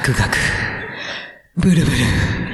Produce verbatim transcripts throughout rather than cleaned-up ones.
クガク。ブルブル。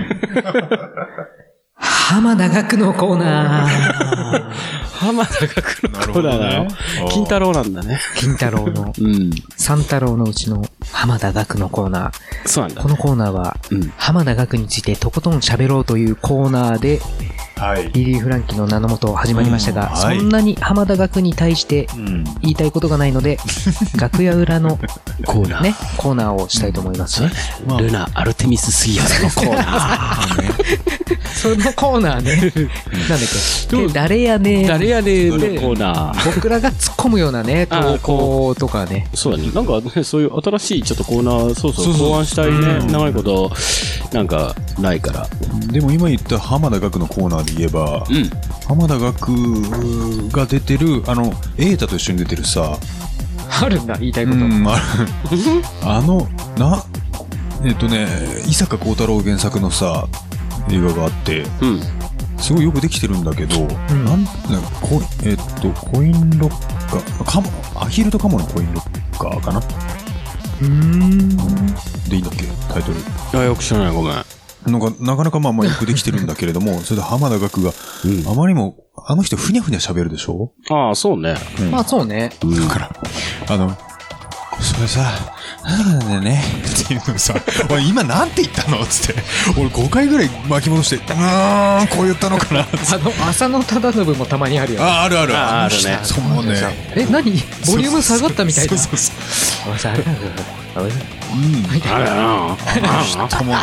浜田学のコーナー。 浜田学のコーナーだよ。金太郎なんだね。 金太郎の。うん。三太郎のうちの浜田学のコーナー。 そうなんだ、ね。 このコーナーは、うん、浜田学についてとことん喋ろうというコーナーで、はい、リリー・フランキーの名のもと始まりましたが、うんはい、そんなに浜田学に対して言いたいことがないので、うん、楽屋裏のコーナー、ね、コーナーをしたいと思いますね。 まあ、ルナ・アルテミス杉原のコーナー。 そのコーナーね。なんだっけ誰やね誰やねのコーナー。僕らが突っ込むようなね、投稿とかね。 そうだね。なんかね、そういう新しいちょっとコーナー、そうそう、考案したいね、長いこと、なんかないから。 でも今言った浜田学のコーナーで言えば、うん、浜田学が出てるあの瑛太と一緒に出てるさあるんだ言いたいこと、うん、 あ, あのなえっとね伊坂幸太郎原作のさ映画があって、うん、すごいよくできてるんだけど、うん、なんこえっとコインロッカーカモアヒルとカモのコインロッカーかなうーんでいいんだっけタイトル。 いやよく知らないごめん。 なんかなかなかまあまあよくできてるんだけれども、それで浜田学が、あまりにも、あの人ふにゃふにゃ喋るでしょ。 ああ、そうね。 うん、まあそうね。 だから、あの、それさ、なんだよね。っていうのさ、俺今なんて言ったのつって、俺ごかいぐらい巻き戻して、うーん、こう言ったのかなって。 あの、浅野忠信もたまにあるよ、 ね。あ、あるある。 あ、あるね。 そうね。 え、何ボリューム下がったみたいな。そうそうそう。おさ、あれうん。あれな人も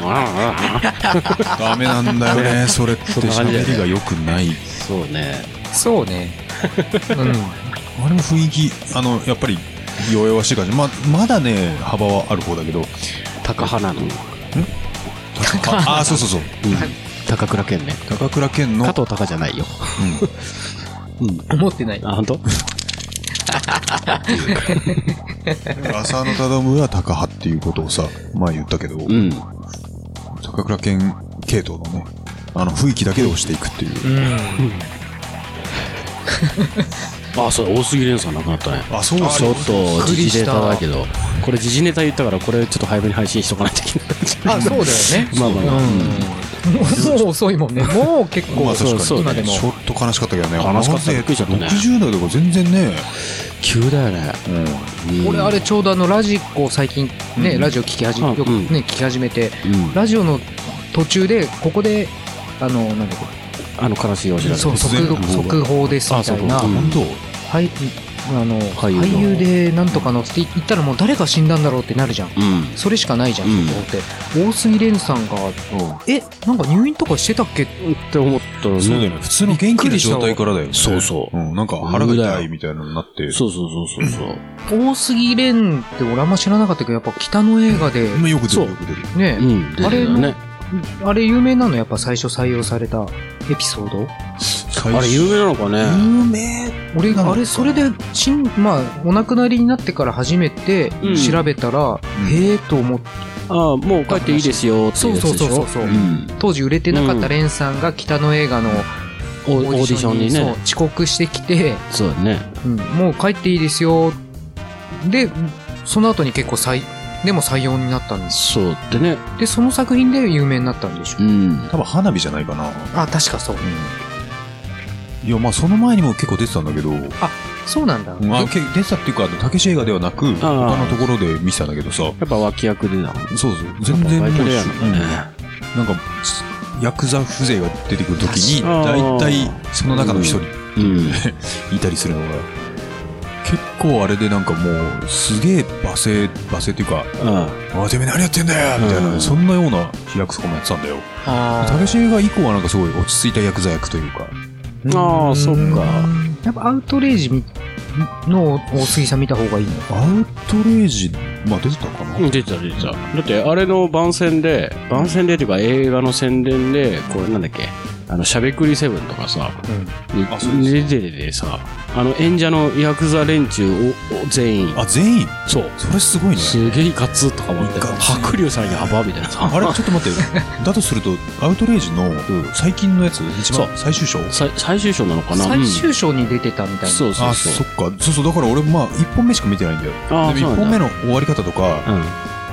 ダメなんだよね。それって喋りが良くない。 そうね。 そうね。 うん。あれも雰囲気あのやっぱり弱々しい感じ。ままだね幅はある方だけど。 高派なの。ん？ ああそうそうそう。 高倉健ね。 高倉健の加藤隆じゃないよ。 うん。思ってない。 あ本当？ 浅野忠信は高派っていうことをさ前言ったけど、うん、高倉健系統のねあの雰囲気だけで押していくっていう、うんあそう大杉蓮さん亡くなったね。 あそうちょっと時事ネタだけどこれ時事ネタ言ったからこれちょっと早めに配信しとかないといけない。 あそうだよね。まあまあ、うん、もう遅いもんね。もう結構、まあ、 そうそう今でもちょっと悲しかったけどね。 悲しかったね。びっくりしちゃったね。 ろくじゅう代とか全然ね急だよね。 うん、俺あれちょうどあのラジコ最近ね、うん、ラジオ聞き始めよくね、うん、聞き始めて、うん、ラジオの途中でここであのなんだっけあの悲しいお知らせそう速速報ですみたいな。 本当。 はい、あの俳優、俳優でなんとかのって言ったらもう誰が死んだんだろうってなるじゃん、うん、それしかないじゃん、うん、って大杉蓮さんが、うん、えなんか入院とかしてたっけって思ったらね。 そうだよね。普通の元気な状態からだよね。 そうそう、 うん、なんか腹が痛いみたいなのになって。 そうそうそうそうそう大杉蓮って俺あんま知らなかったけどやっぱ北の映画で、 うん、よく出るよく出るね、 うん、あれねあれ有名なのやっぱ最初採用されたエピソードあれ有名なのかね。 有名。俺があれそれでしんまあお亡くなりになってから初めて調べたら、うん、へえと思って、 ああもう帰っていいですよっていうやつでしょ。 そうそうそうそう、うん、当時売れてなかった蓮さんが北の映画のオーディションにね遅刻してきて、 そうだね、 うん、もう帰っていいですよでその後に結構再でも採用になったんです。 そうってね。 でその作品で有名になったんでしょ。うん。多分花火じゃないかな。 あ確かそう。 うん、いやまあその前にも結構出てたんだけど。 あそうなんだ。 うん、あ出てたっていうかたけし映画ではなく他のところで見てたんだけどさ。やっぱ脇役でな。 そうそう全然もう、うん、なんかヤクザ風情が出てくるときにだいたいその中の一人、うん、いたりするのが。結構あれでなんかもうすげえ罵声罵声っていうか、うん、あてめえ何やってんだよみたいな、うん、そんなような役とかもやってたんだよ。たけし映画以降はなんかすごい落ち着いたヤクザ役というか。 ああそっか。 やっぱアウトレイジの大杉さん見た方がいいの。 アウトレイジまあ出てたかな。 出てた出てた。だってあれの番宣で番宣でっていうか映画の宣伝でこれなんだっけあのしゃべくりセブンとかさ、うん、出ててさあの演者のヤクザ連中を全員あ全員そうそれすごいね。 すげえガツッとか思って白龍さんやばみたいなさあれちょっと待ってだとするとアウトレイジの最近のやつ一番最終章最終章なのかな。 最終章に出てたみたいな、うん、 そうそうそうあそっかそうそうだから俺まあいっぽんめしか見てないんだよ。あでもいっぽんめの終わり方とか、うん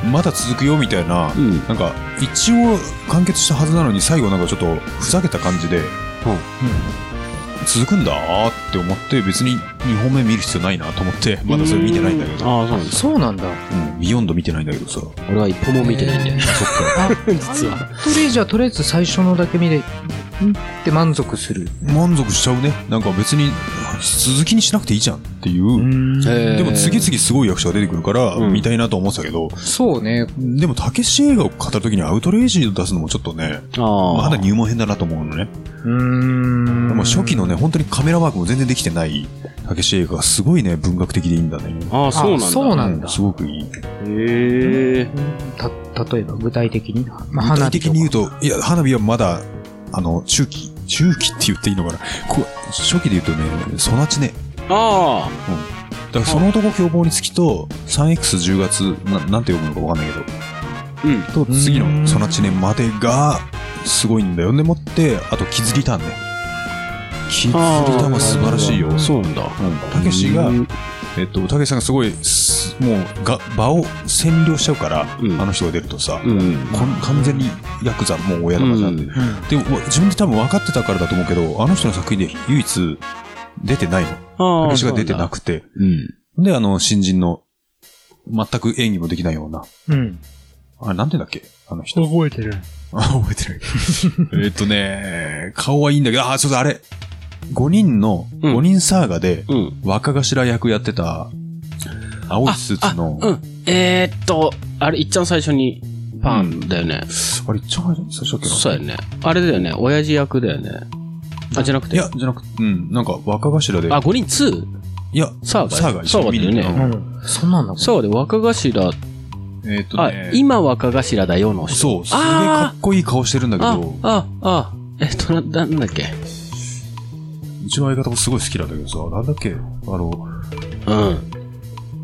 まだ続くよみたいな、うん、なんか一応完結したはずなのに最後なんかちょっとふざけた感じで、うんうん、続くんだーって思って別ににほんめ見る必要ないなと思ってまだそれ見てないんだけど。 ああ、そうなんだ。 うん、ビヨンド見てないんだけどさ。 俺は一歩も見てないんだよね。そっか。 実は。とりあえずとりあえず最初のだけ見てって満足する。 満足しちゃうね。なんか別に続きにしなくていいじゃんっていう。うでも次々すごい役者が出てくるから見たいなと思ってたけど。うん、 そうね。 でもたけし映画を語るときにアウトレイジを出すのもちょっとね、まだ入門編だなと思うのね。うーん。でも初期のね、本当にカメラワークも全然できてないたけし映画がすごいね、文学的でいいんだね。 ああ、そうなんだ。 そうなんだ。 すごくいい。へえ。 た、例えば具体的に、 まあ、具体的に言うと、いや、花火はまだ、あの、中期、中期って言っていいのかな。こ初期で言うとね、ソナチネ。 ああ。 うん。だからその男凶暴につきと、スリーエックスじゅうがつ、な、なんて読むのかわかんないけど。うん。と、次のソナチネまでが、すごいんだよ。でもって、あと、キズリターンね。キズリターンは素晴らしいよ。 そうなんだ。うん。 たけしが、えっと、たけしさんがすごい、もう、が、場を占領しちゃうから、うん、あの人が出るとさ、うん、完全にヤクザ、もう親玉なんで、うん。でも、自分で多分分かってたからだと思うけど、あの人の作品で唯一出てないの。たけしが出てなくて、うん。で、あの、新人の、全く演技もできないような。うん。あれ、なんて言うんだっけあの人。 覚えてる。 あ、覚えてる。えっとね、顔はいいんだけど、あ、そうだ、あれ。ごにんの、ごにんサーガで、若頭役やってた、青いスーツの、 うん、えー、っと、あれ、いっちゃん最初に、パンだよね。 うん、あれ、いっちゃん最初だっけな。 そうやね。あれだよね、親父役だよね。あ、じゃなくて。 いや、じゃなくて、うん、なんか若頭で。 あ、ごにんツー？ いや、 サーガ。 サーガサーガだよね。 うん。そんなんだ。 サーガで若頭、 えー、っとね。 あ、今若頭だよの人。 そう、すげえかっこいい顔してるんだけど。 あ、あ、あ、えっと、な、なんだっけ。 うちの相方もすごい好きなんだけどさ、なんだっけ、あの、 うん。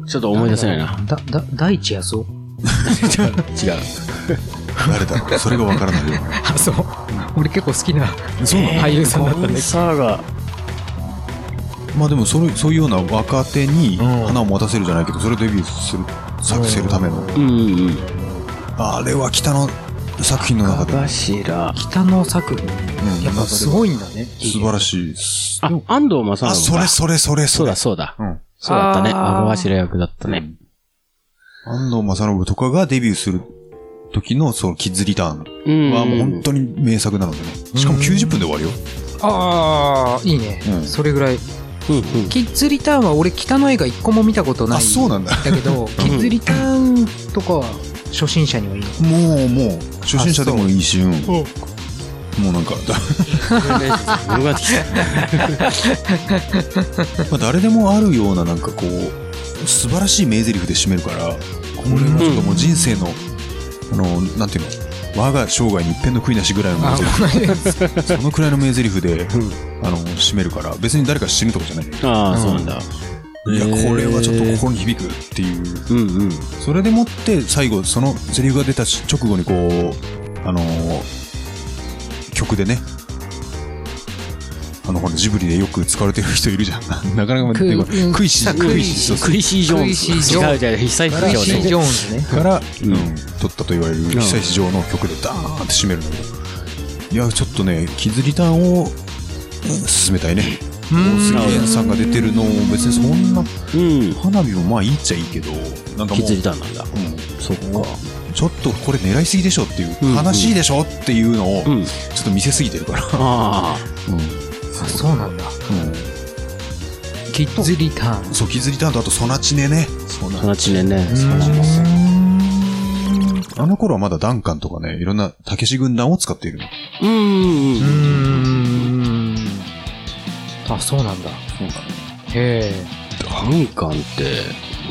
ちょっと思い出せないな。 だ、だ、大地康夫違う。 誰だろうそれがわからないよ。 あ、そう。俺結構好きな俳優さんだったんで。 サーガ。 まあでもそれ、そういうような若手に花を持たせるじゃないけど、それをデビューする、させるための。うんうんうん。あれは北の作品の中で。 頭。 北の作品。うん、やっぱすごいんだね。 素晴らしい。 あ、安藤正信。 あ、それそれそれそれ。そうだそうだ。うん。そうだったね。若頭役だったね。 安藤正信とかがデビューする時のそのキッズリターンはもう本当に名作なのでね。しかもきゅうじゅっぷんで終わるよ。 ああ、いいね。うん、それぐらい。うんうん、キッズリターンは俺北の映画一個も見たことない。あ、 そうなんだ。 だけど、キッズリターンとかは初心者にはいいの？ もう、もう、初心者でもいいし、うん。もうなんか、まあ誰でもあるようななんかこう、素晴らしい名台詞で締めるから、これはちょっともう人生の、あの、なんていうの、我が生涯に一遍の悔いなしぐらいの名台詞。そのくらいの名台詞で、あの、締めるから、別に誰か死ぬとかじゃない。 ああ、そうなんだ。 いや、これはちょっと心に響くっていう。うんうん。それでもって最後、そのセリフが出た直後にこう、あのー、曲でね、あの、ほら、ジブリでよく使われてる人いるじゃん。なかなか、クイシー、 クイシー、クイシー・ジョーンズ。違う違う、久石ジョーンズね。 から、うん、撮ったと言われる久石ジョーの曲でダーンって締めるんだけど。いや、ちょっとね、キズリターンを進めたいね。大杉健さんが出てるの別にそんな、うん、花火もまあいいっちゃいいけど、 なんかもうキズリターンなんだ。うん、 そっか。ちょっとこれ狙いすぎでしょっていう、うんうん、悲しいでしょっていうのを、ちょっと見せすぎてるから。ああ。うん。 あ、そうなんだ。うん。キッズリターン。 そう、キッズリターンとあとソナチネね。 ソナチネね。ソナチネ。 あの頃はまだダンカンとかね、いろんなたけし軍団を使っているの。 うーん。うーん。あ、そうなんだ。そうなんだ。へえ。 ダンカンって、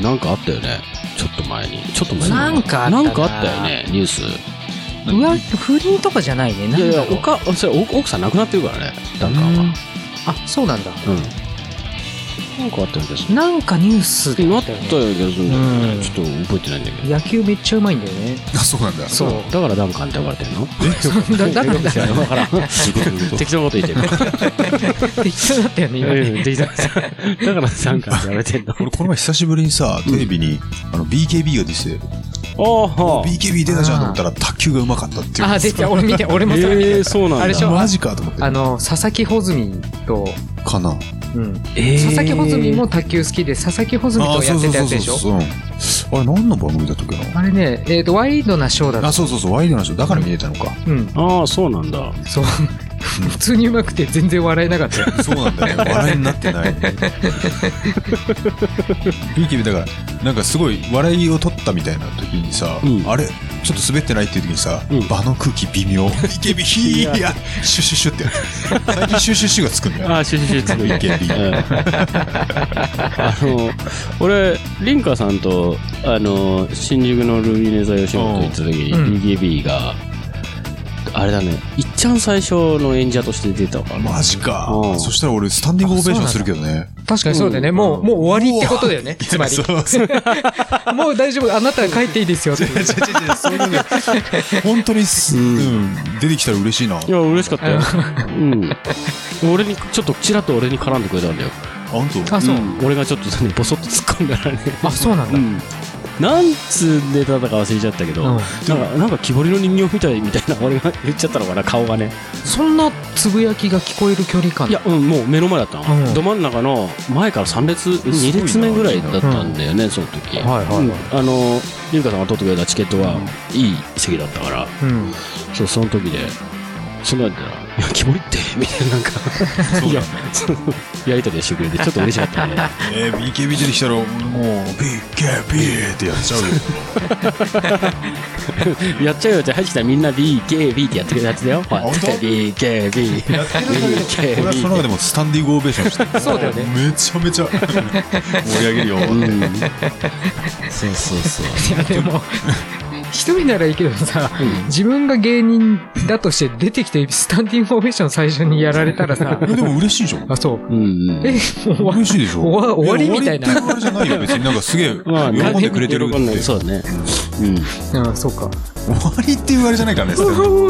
なんかあったよね。ちょっと前に。ちょっと前に。 なんかあったな。 なんかあったよね、ニュース。 うわ、不倫とかじゃないね。 いやいや、おか、それ奥さん亡くなってるからね、ダンカンは。 あ、そうなんだ。うん。 なんかあったよね。 なんかニュースであったよね。ちょっと覚えてないんだけど。 野球めっちゃうまいんだよね。 あ、そうなんだ。 そう。だからダンカンって呼ばれてんの？え？だ、だからだよ。わからん。適当なこと言ってる。 適当だったよね、今ね。 適当だった。だからダンカンって呼ばれてんの。 俺この前久しぶりにさ、テレビに、あの、ビーケービー が出てて、 ビーケービー 出たじゃんと思ったら卓球がうまかったっていう。 あ、出て、俺見て、俺もそれ見て。 えー、そうなんだ。 あれでしょ、 マジかと思って。 あの、佐々木穂積と、 かな。 うん。えー、佐々木穂積も卓球好きで、佐々木穂積とやってたやつでしょ。そうそうそうそう。あれ何の番組だったっけな。 あれね、えっと、ワイドなショーだった。 あ、そうそうそう、ワイドなショー。だから見れたのか。 うん。ああ、そうなんだ。 そう。普通にうまくて全然笑えなかったよ。 そうなんだね。笑いになってない。ビーケービー だから、なんかすごい笑いを取ったみたいな時にさ、うん、あれちょっと滑ってないっていう時にさ、うん、場の空気微妙。ビーケービー ヒーやシュシュシュってやる。最近シュシュシュがつくんだよ。 ああ、シュシュシュつくビーケービー。あの俺リンカさんとあの新宿のルミネ座吉本行った時に ビーケービー があれだね、いっちゃん最初の演者として出たから。 マジか。そしたら俺スタンディングオベーションするけどね。 確かにそうだよね。もうもう終わりってことだよね。つまり。もう大丈夫。あなた帰っていいですよ。そういうの本当に出てきたら嬉しいな。 いや嬉しかったよ。うん。俺にちょっとちらっと俺に絡んでくれたんだよ。 あ、本当？ あ、そう。 俺がちょっとねボソッと突っ込んだらね。 あ、そうなんだ。 なんつネタだったか忘れちゃったけど、うん、なんかなんか木彫りの人形みたいみたいな俺が言っちゃったのかな、顔がね。 そんなつぶやきが聞こえる距離感。 いや、うん、もう目の前だったの、うん、ど真ん中の前からさん列に列目ぐらいだったんだよね、うん、その時、はいはいはい、うん、あのリュウカさんが取ってくれたチケットはいい席だったから、うん、そうその時でそのやったらいや木彫りってみたいななんかいややりとりしてくれてちょっと嬉しかったね。 えー、ビーケービー 出てきたらもう ビーケービー ってやっちゃうよ。やっちゃうよって入ってきたらみんな ビーケービー ってやってくれたやつだよ。 本当ビーケービー ビーケービー俺はその中でもスタンディングオベーションしてそうだよね。 めちゃめちゃ盛り上げるよ、うん、 そうそうそう。 いやでも一人ならいいけどさ、うん、自分が芸人だとして出てきてスタンディングオベーション最初にやられたらさでも嬉しいじゃん。 あ、そう、 うんうん、 え嬉しいでしょ。 終わ、終わりみたいな。 終わりっていうあれじゃないよ別に。なんかすげえ喜んでくれてるって。 そうだね、 うん、あ、そうか。 終わりっていうあれじゃないからね。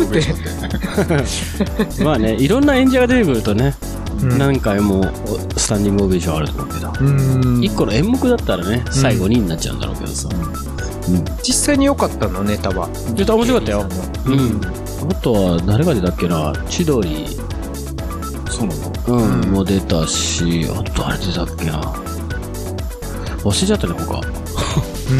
まあね、いろんな演者が出てくるとね、うん、何回もスタンディングオベーションあると思うけど、うん、一個の演目だったらね最後になっちゃうんだろうけどさ、 うん、実際に良かったのネタは。 ネタ面白かったよ。うん。あとは誰が出たっけな、千鳥。 そうなの？ うん、うん、も出たし、あと誰出たっけな。忘れちゃったね他。うん、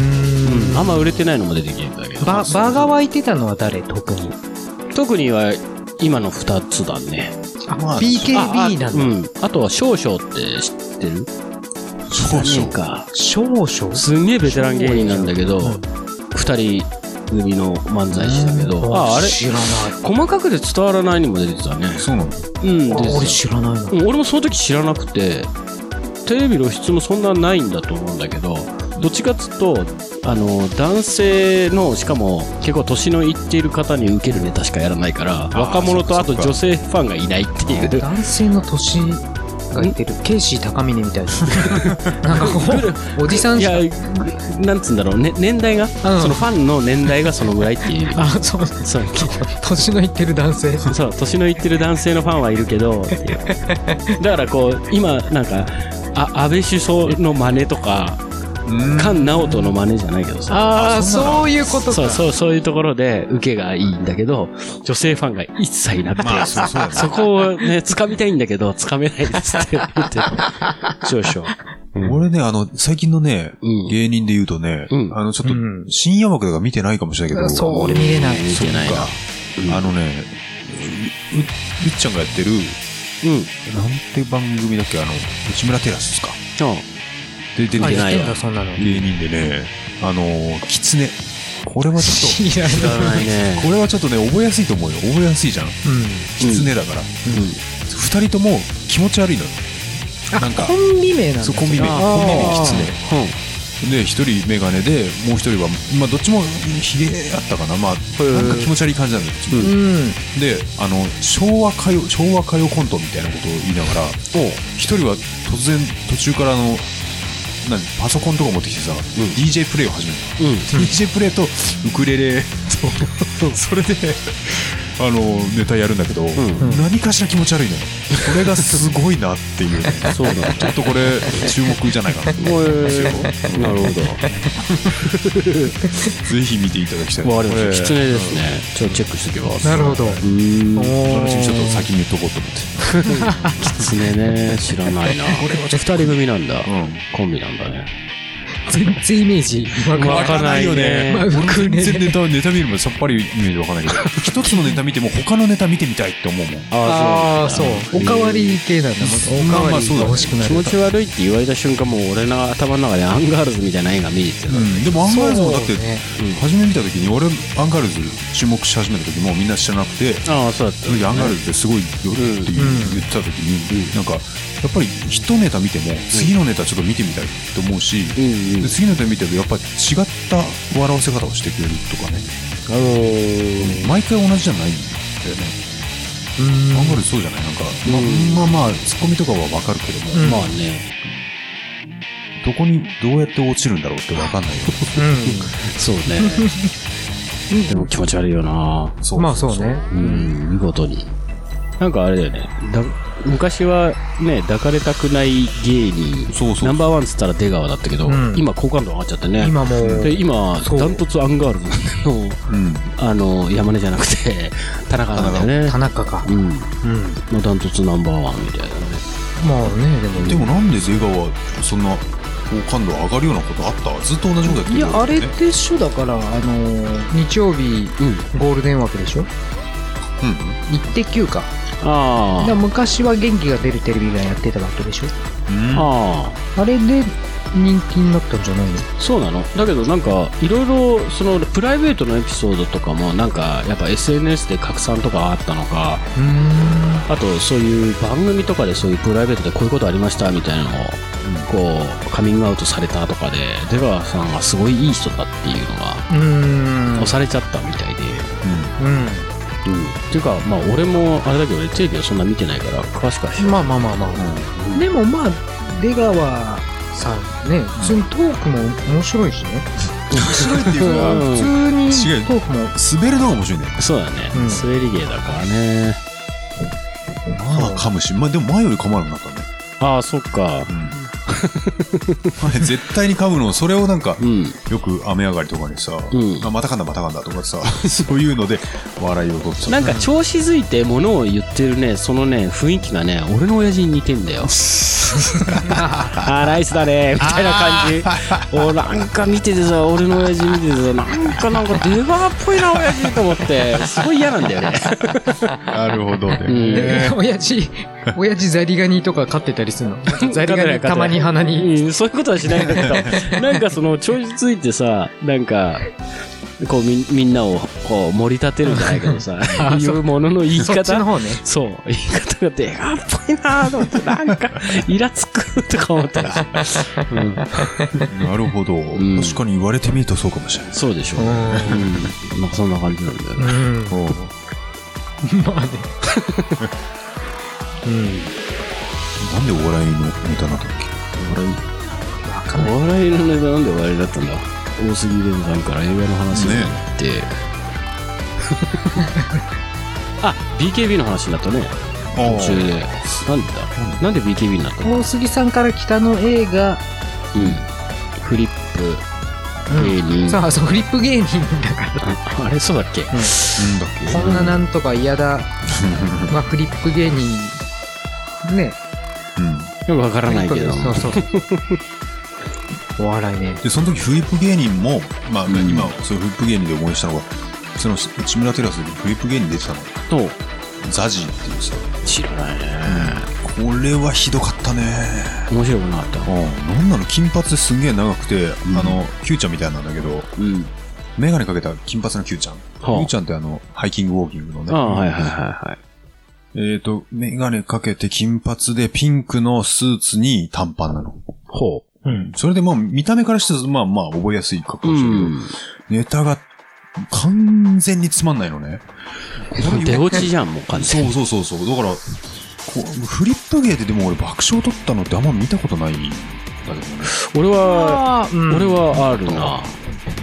あんま売れてないのも出てきてんだけど。 バ場が湧いてたのは誰？特に。 特には今の二つだね。 あ、まあ、ビーケービー なんだ。 うん。あとは少々って知ってる？ 少々 か。 少々？ すんげえベテラン芸人なんだけど、二人組の漫才師だけど、あ、あれ知らない。 細かくで伝わらないにも出てたね。 そうなの？ うん。 俺知らないな。 うん、俺もその時知らなくて、テレビ露出もそんなないんだと思うんだけど、どっちかっつうとあの男性のしかも結構年のいっている方に受けるネタしかやらないから、若者とあと女性ファンがいないっていう。 男性の年がいてるケイシー高峰みたいな。なんかこうおじさんしか、 いやなんつうんだろう、ね、年代が、うん、そのファンの年代がそのぐらいっていう。 あ、そうそう。年のいってる男性。 そう年のいってる男性のファンはいるけどっていう。だからこう今なんかあ安倍首相の真似とか。菅直人の真似じゃないけどさ、 ああ、そういうことか。 そうそう、そういうところで受けがいいんだけど、女性ファンが一切いなくて、まあ、そうそう、ね、そこをね掴みたいんだけど掴めないですって言って少々、 うん、俺ね、あの最近のね、うん、芸人で言うとね、うん、あのちょっと深夜枠だから見てないかもしれないけど、うん、 そう俺見れない。 見てないな。 うん、あのね、う, う, うっちゃんがやってる、うん、なんて番組だっけ、あの内村テラスですか。ああ出てない芸人でね、あのー、キツネ。これはちょっと知らないね。これはちょっとね覚えやすいと思うよ。覚えやすいじゃん。うん、キツネだから。二、うん、人とも気持ち悪いのよ。 なんかコンビ名なんだ。 そうコンビ名。コンビ名キツネ。で一人メガネでもう一人はまあどっちもヒゲあったかな。まあなんか気持ち悪い感じなんだよ。うん、であの昭和歌謡昭和歌謡コントみたいなことを言いながら、一人は突然途中からのパソコンとか持ってきてさ、うん、ディージェー プレイを始めた、うん、ディージェー プレイとウクレレとそれであのネタやるんだけど、うん、何かしら気持ち悪いのよ。これがすごいなっていう、ね、そうだちょっとこれ注目じゃないかなと思いますよ。 なるほど。 ぜひ見ていただきたい。 わかりました。キツネですね。ちょっとチェックしておきます。 なるほど。うーん。私ちょっと先に言っとこうと思って。 キツネね、知らないな。これは二人組なんだ。うん、コンビなんだね。 全然イメージわかんないよね。まあ、全然ネタ、ネタ見るまでさっぱりイメージわかんないけど、一つのネタ見ても他のネタ見てみたいって思うもん。 ああ、そう。おかわり系なんだ。おかわりが欲しくなる。 気持ち悪いって言われた瞬間、もう俺の頭の中でアンガールズみたいな絵が見えてる。 うん、でもアンガールズもだって、初め見た時に俺アンガールズ注目し始めた時もみんな知らなくて、 ああ、そうだった。 アンガールズってすごいよって言ってた時に、なんか、やっぱり一ネタ見ても次のネタちょっと見てみたいと思うし、で次のネタ見てるとやっぱり違った笑わせ方をしてくれるとかね、あのー、毎回同じじゃないんだよね。アンガールズそうじゃないなんか、まあまあまあツッコミとかはわかるけども、 うん、まあね、 どこにどうやって落ちるんだろうってわかんないよ。うん、 そうね。でも気持ち悪いよな。 そうまあそうね。 うん、見事に。なんかあれだよね。だ昔はね、抱かれたくない芸人、そうそうナンバーワンっつったら出川だったけど、うん、今好感度上がっちゃってね。 今もうで今ダントツアンガールズの、うん、あの山根じゃなくて田中なんだよね。 田中か。うん。うん。 のダントツナンバーワンみたいなね。 まあね、でも、 ね、でもなんで出川そんな好感度上がるようなことあった？ずっと同じことやってるよ、ね。 いやあれでしょだからあの日曜日、うん、ゴールデン枠でしょ。うん。イッテ Q か。ああ。昔は元気が出るテレビがやってたわけでしょ。うん、ああ。あれで人気になったんじゃないの？ そうなの。だけどなんかいろいろそのプライベートのエピソードとかもなんかやっぱ エスエヌエス で拡散とかあったのか、うーんあとそういう番組とかでそういうプライベートでこういうことありましたみたいなのをこうカミングアウトされたとかで出川さんがすごいいい人だっていうのがうーん押されちゃったみたいで。うん。うんうん、っていうかまあ俺もあれだけどねテレビはそんな見てないから詳しくは知らない。 まあまあまあまあ、うん、でもまあ出川さんね普通にトークも面白いしね。 面白いっていうか普通にトークも滑るのが面白いね。 そうだね、うん、滑り芸だからね。 まあ噛むし、まあでも前より噛まなくなったね。 ああそっか、うん前絶対に噛むのそれをなんか、うん、よく雨上がりとかにさ、うん、あまた噛んだまた噛んだとかさそういうので笑いを取っちゃう。 なんか調子づいてものを言ってるねそのね雰囲気がね俺の親父に似てんだよ。あライスだねみたいな感じ。おなんか見ててさ俺の親父見ててさなんかなんか出川っぽいな親父と思ってすごい嫌なんだよね。 なるほどね、 うん、親父親父ザリガニとか飼ってたりするの？ザリガニたまに鼻に、 うん、そういうことはしないんだけどなんかその調子ついてさなんかこう み, みんなをこう盛り立てるんじゃないけどさいうものの言い方そっちの方ね。 そう言い方が出川っぽいなと思ってなんかイラつくとか思ったら、 うん、なるほど、うん、確かに言われてみるとそうかもしれない。 そうでしょう、うん、なんかそんな感じなんだよね、 うん、まあねうん、なんでお笑いのネタなんだっけ？ お笑いわかんない。お笑いのネタなんでお笑いだったんだ。大杉蓮さんから映画の話になって、ね、あ ビーケービー の話になったね途中で。なんでだなんで ビーケービー になったの？ 大杉さんから北の映画、 うん、フリップ芸人、うん、 そうそうフリップ芸人だからあれそうだっけ、うん、 だっけこんななんとか嫌だまあフリップ芸人ね、 うん、よくわからないけどそうそうお笑いね。 でその時フリップ芸人もまあ、うん、今そのフリップ芸人で思い出したのがその内村テラスでフリップ芸人出てたのとザジーっていうさ知らないね、 うん、これはひどかったね。 面白くなかった、 うん、なんなの金髪ですんげえ長くて、うん、あの Q ちゃんみたいなんだけど、うん、メガネかけた金髪の Q ちゃん、はあ、Q ちゃんってあのハイキングウォーキングのね、 あはいはいはいはいえーとメガネかけて金髪でピンクのスーツに短パンなの。 ほううん、それでまあ見た目からしてまあまあ覚えやすい格好してるけど、うん、ネタが完全につまんないのね。 出落ちじゃんもう完全に。 そうそうそうそう。だからこうフリップ芸ででも俺爆笑取ったのってあんま見たことないんだけどね。 俺は、うん、俺はあるな。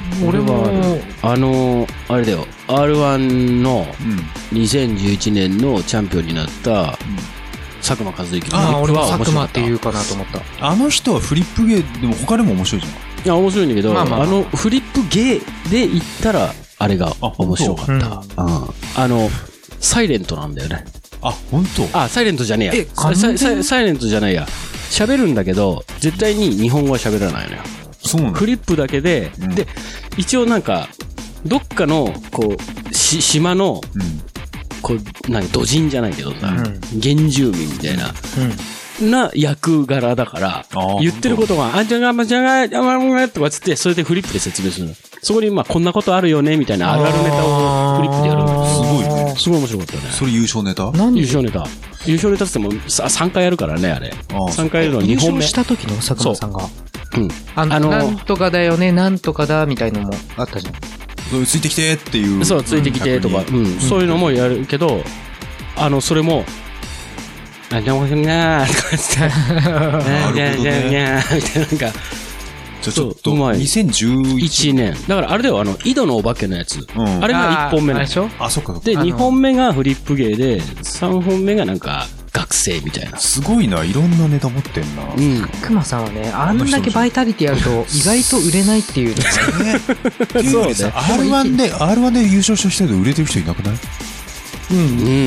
俺もあのあれだよ アールワン のにせんじゅういちねんのチャンピオンになった佐久間一行のああ俺は佐久間って言うかなと思った。 あの人はフリップゲーでも他でも面白いじゃん。 いや面白いんだけど、まあまあまあ、あのフリップゲーで言ったらあれが面白かった。うん、あのサイレントなんだよね。 あ本当。 あサイレントじゃねえや。えサ, サ, サイレントじゃないや。喋るんだけど絶対に日本語は喋らないのよ。 そうなんだ。 フリップだけで、うん、で一応なんかどっかのこうし島の、うん、こうなんか土人じゃないけどさ、うん、原住民みたいな。うんな役柄だから言ってることがあんちゃがまちゃがあままとかつってそれでフリップで説明するの。そこにまあこんなことあるよねみたいなあるあるネタをフリップでやるの。 すごいね。 すごい面白かったね。 それ優勝ネタ？ 優勝ネタ。優勝ネタって言ってもさんかいやるからねあれ。さんかいやるのにほんめ。 優勝した時の佐久間さんが。 うん。 あのなんとかだよねなんとかだみたいのもあったじゃん。 そうついてきてっていう。 そうついてきてとか、うん、そういうのもやるけどあのそれも。あ、じゃあ、にゃーとか言って、じゃあ、じゃあ、じゃあ、にゃーみたいな、なんか、 じゃあちょっと、にせんじゅういちねん。 だから、あれだよ、あの、井戸のお化けのやつ。うん、あれがいっぽんめなんでしょ。 あ、そっかそっか。 で、にほんめがフリップ芸で、さんほんめがなんか、学生みたいな。 すごいな、いろんなネタ持ってんな。うん。佐久間さんはね、あんだけバイタリティやると、意外と売れないっていうね。 そうね。アールワン で、アールワン で優勝した人で売れてる人いなくない？ うん、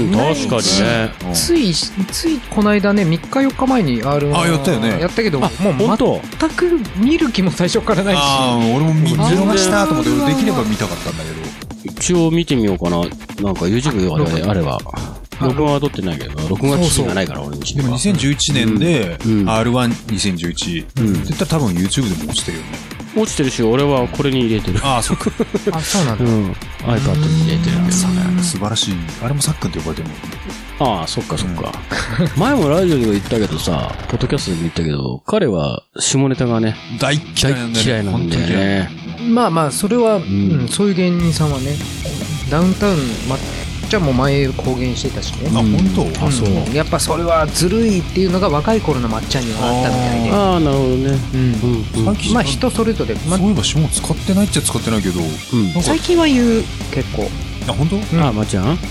うん、確かにね。 つい、ついこの間ね、みっかよっかまえに アールワンあやったよね。 やったけど、もう全く見る気も最初からないし。 ああ、俺も見逃したと思って、できれば見たかったんだけど。 一応見てみようかな。なんか YouTube とかであれば。録画は撮ってないけど、録画機器がないから俺の家には。 でもにせんじゅういちねんで アールワンにせんじゅういち って言ったら多分 YouTube でも落ちてるよね。 落ちてるし、俺はこれに入れてる。 ああ、そっか。 あ、そうなんだ。 うん。iPad に入れてるけどね。 素晴らしい。あれもさっくんって呼ばれてるもん。ああ、そっかそっか。前もラジオでも言ったけどさ、ポッドキャストでも言ったけど、彼は下ネタがね、 大嫌いなんだよね。 嫌いなんだよね。 まあまあ、それは、うん、そういう芸人さんはね、ダウンタウン、まじゃあもう前公言してたしね。 あ、本当？ あ、そう。やっぱそれはずるいっていうのが若い頃のまっちゃんにはあったみたいで。 ああ、なるほどね。 うん。最近まあ人それぞれ。 そういえば下使ってないっちゃ使ってないけど。 最近は言う結構。 あ、本当？ ああ、まっちゃん？うん。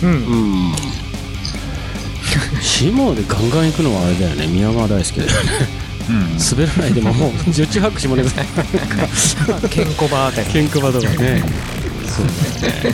下でガンガン行くのはあれだよね。宮川大輔だよね。滑らないでももう十中八九下ネタ。 ケンコバあたり。 ケンコバとかね。そうだね。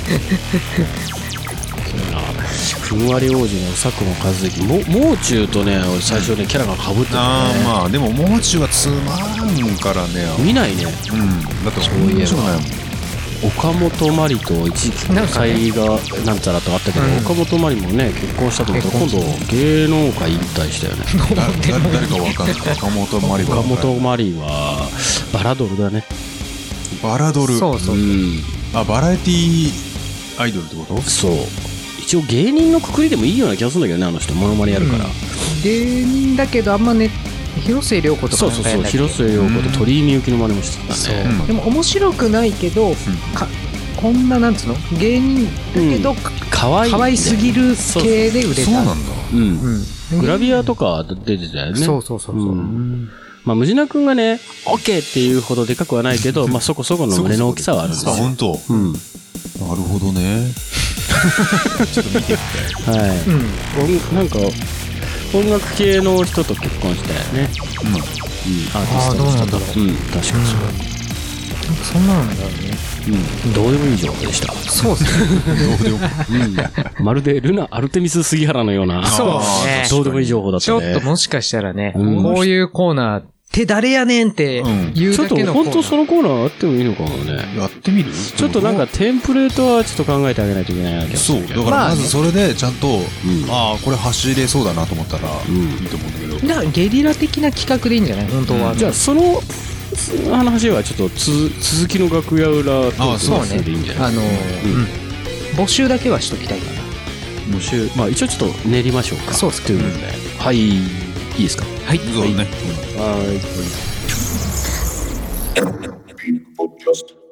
ふんわり王子の佐久間一行ももう中とね俺最初ねキャラが被ってたね。 ああまあでももう中はつまんからね見ないね。 うんだってそういえば岡本真理と一時期交際がなんちゃらとあったけど、岡本真理もね結婚したと思ったら今度芸能界引退したよね。 誰かわかんない。岡本真理は岡本真理はバラドルだね。 バラドル。 そうそう。 あバラエティアイドルってこと？ そう。一応芸人のくくりでもいいような気がするんだけどねあの人モノマネやるから、うん、 芸人だけどあんまね広末涼子とかそうそうそう広末涼子と鳥居みゆきの真似もしてたね、 うん、でも面白くないけど、うん、かこんななんつうの芸人だけど、うん、 かわいい可愛すぎる系で売れた。 そうなんだ、 うんうん、グラビアとか出てたよね。 そうそうそうそう、うんまあ、ムジナ君がね OK っていうほどでかくはないけど、まあ、そこそこの胸の大きさはあるんですよ。 あ本当、うん、なるほどね。ちょっと見てみたい。 はい。うん。なんか音楽系の人と結婚したよね。うん。うん、アーティストの人と。うん。確かにそう。 なんかそんなのだよね。 うん。どうでもいい情報でした。 そうですね。 どうでも。 うん。まるでルナ・アルテミス杉原のような。 そうね。 どうでもいい情報だったね。 ちょっともしかしたらね、こういうコーナーって誰やねんって言うだけのコーナー、うん、ちょっと本当そのコーナーあってもいいのかもね。 やってみる？ ちょっとなんかテンプレートはちょっと考えてあげないといけないわけ。 そう。だからまずそれでちゃんと、まあね、ああこれ走れそうだなと思ったらいいと思うんだけど。 だからゲリラ的な企画でいいんじゃない本当は。 うん、じゃあその話はちょっとつ続きの楽屋裏とかでいいんじゃない？ あのーうん、募集だけはしときたいかな。 募集まあ一応ちょっと練りましょうか。 そうですか。 ということで、はい、いいですか？ はい。 そうね。 はい。